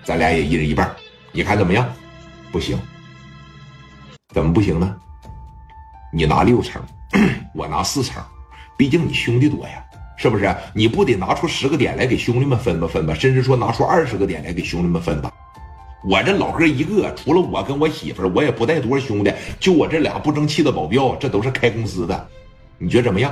咱俩也一人一半，你看怎么样？不行。怎么不行呢？你拿6成，我拿4成，毕竟你兄弟多呀，是不是？你不得拿出10个点来给兄弟们分吧，甚至说拿出20个点来给兄弟们分吧。我这老哥一个，除了我跟我媳妇儿，我也不带多少兄弟，就我这俩不争气的保镖，这都是开公司的，你觉得怎么样？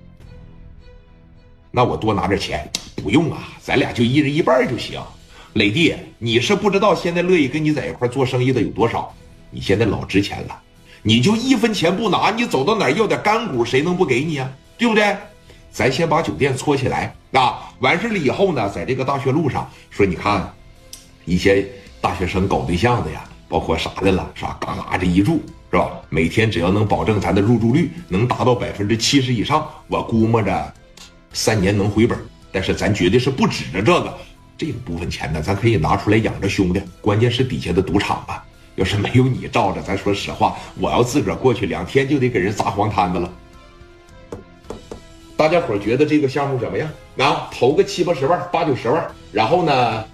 那我多拿点钱？不用啊，咱俩就一人一半就行。磊弟，你是不知道现在乐意跟你在一块做生意的有多少，你现在老值钱了，你就1分钱不拿，你走到哪儿要点干股，谁能不给你啊？对不对？咱先把酒店搓起来啊，完事了以后呢，在这个大学路上说，你看一些大学生搞对象的呀，包括啥的了，啥嘎嘎这一住是吧？每天只要能保证咱的入住率能达到70%以上，我估摸着3年能回本。但是咱绝对是不指着这个部分钱呢，咱可以拿出来养着兄弟。关键是底下的赌场啊，要是没有你罩着，咱说实话，我要自个儿过去2天就得给人砸黄摊子了。大家伙觉得这个项目怎么样？啊，投个70、80万、80、90万，然后呢，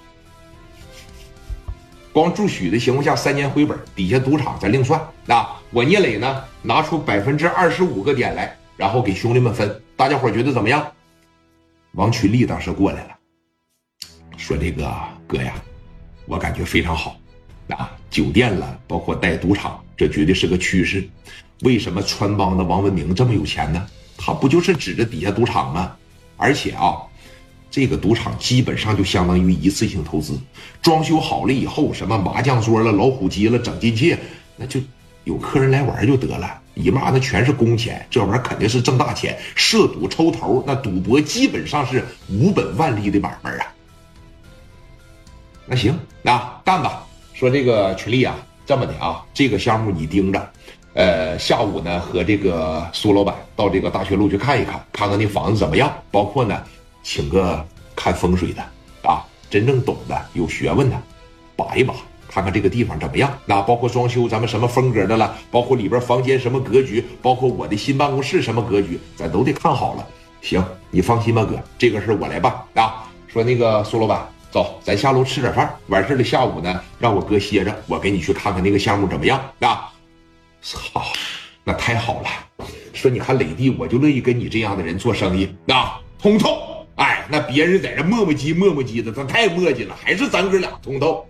光住许的情况下3年回本，底下赌场咱另算。啊，我聂磊呢拿出25%个点来，然后给兄弟们分。大家伙觉得怎么样？王群力当时过来了，说这个哥呀，我感觉非常好啊，酒店了，包括带赌场，这绝对是个趋势。为什么川帮的王文明这么有钱呢？他不就是指着底下赌场吗？而且啊，这个赌场基本上就相当于一次性投资，装修好了以后，什么麻将桌了、老虎机了，整进去，那就有客人来玩就得了。姨妈那全是工钱，这玩意儿肯定是挣大钱。涉赌抽头，那赌博基本上是无本万利的买卖啊。那行，那干吧。说这个群力啊，这么的啊，这个项目你盯着。下午呢和这个苏老板到这个大学路去看一看，看看那房子怎么样。包括呢，请个看风水的啊，真正懂的、有学问的，把一把。看看这个地方怎么样？那包括装修咱们什么风格的了，包括里边房间什么格局，包括我的新办公室什么格局，咱都得看好了。行，你放心吧，哥，这个事我来办啊。说那个苏老板，走，咱下楼吃点饭，完事了下午呢，让我哥歇着，我给你去看看那个项目怎么样啊？好，那太好了。说你看磊弟，我就乐意跟你这样的人做生意啊，通透。哎，那别人在这磨磨唧的，咱太磨叽了，还是咱哥俩通透。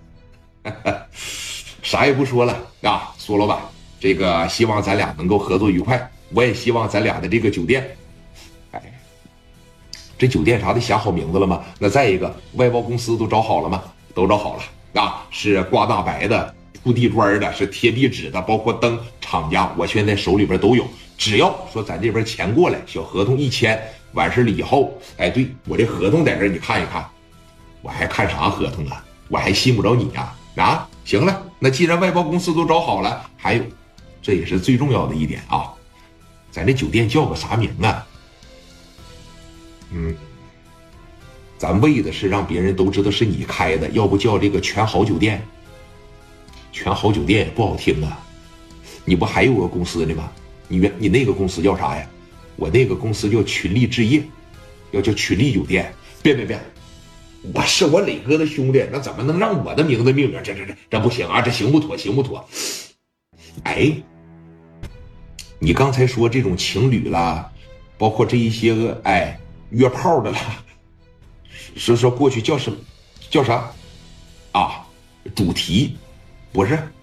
啥也不说了啊，苏老板，这个希望咱俩能够合作愉快，我也希望咱俩的这个酒店，哎，这酒店啥的想好名字了吗？那再一个，外包公司都找好了吗？都找好了啊，是挂大白的、铺地砖的、是贴壁纸的，包括灯厂家，我现在手里边都有。只要说咱这边钱过来，小合同一签，完事了以后，哎，对我这合同在这儿，你看一看，我还看啥合同啊？我还信不着你呀？啊，行了，那既然外包公司都找好了，还有，这也是最重要的一点啊，咱这酒店叫个啥名啊？咱为的是让别人都知道是你开的，要不叫这个全好酒店。全好酒店也不好听啊，你不还有个公司的吗？你那个公司叫啥呀？我那个公司叫群力置业，要叫群力酒店。别，我是我磊哥的兄弟，那怎么能让我的名字命名？这不行啊，这行不妥。哎，你刚才说这种情侣啦，包括这一些个约炮的啦，是说过去叫什么？叫啥？啊，主题不是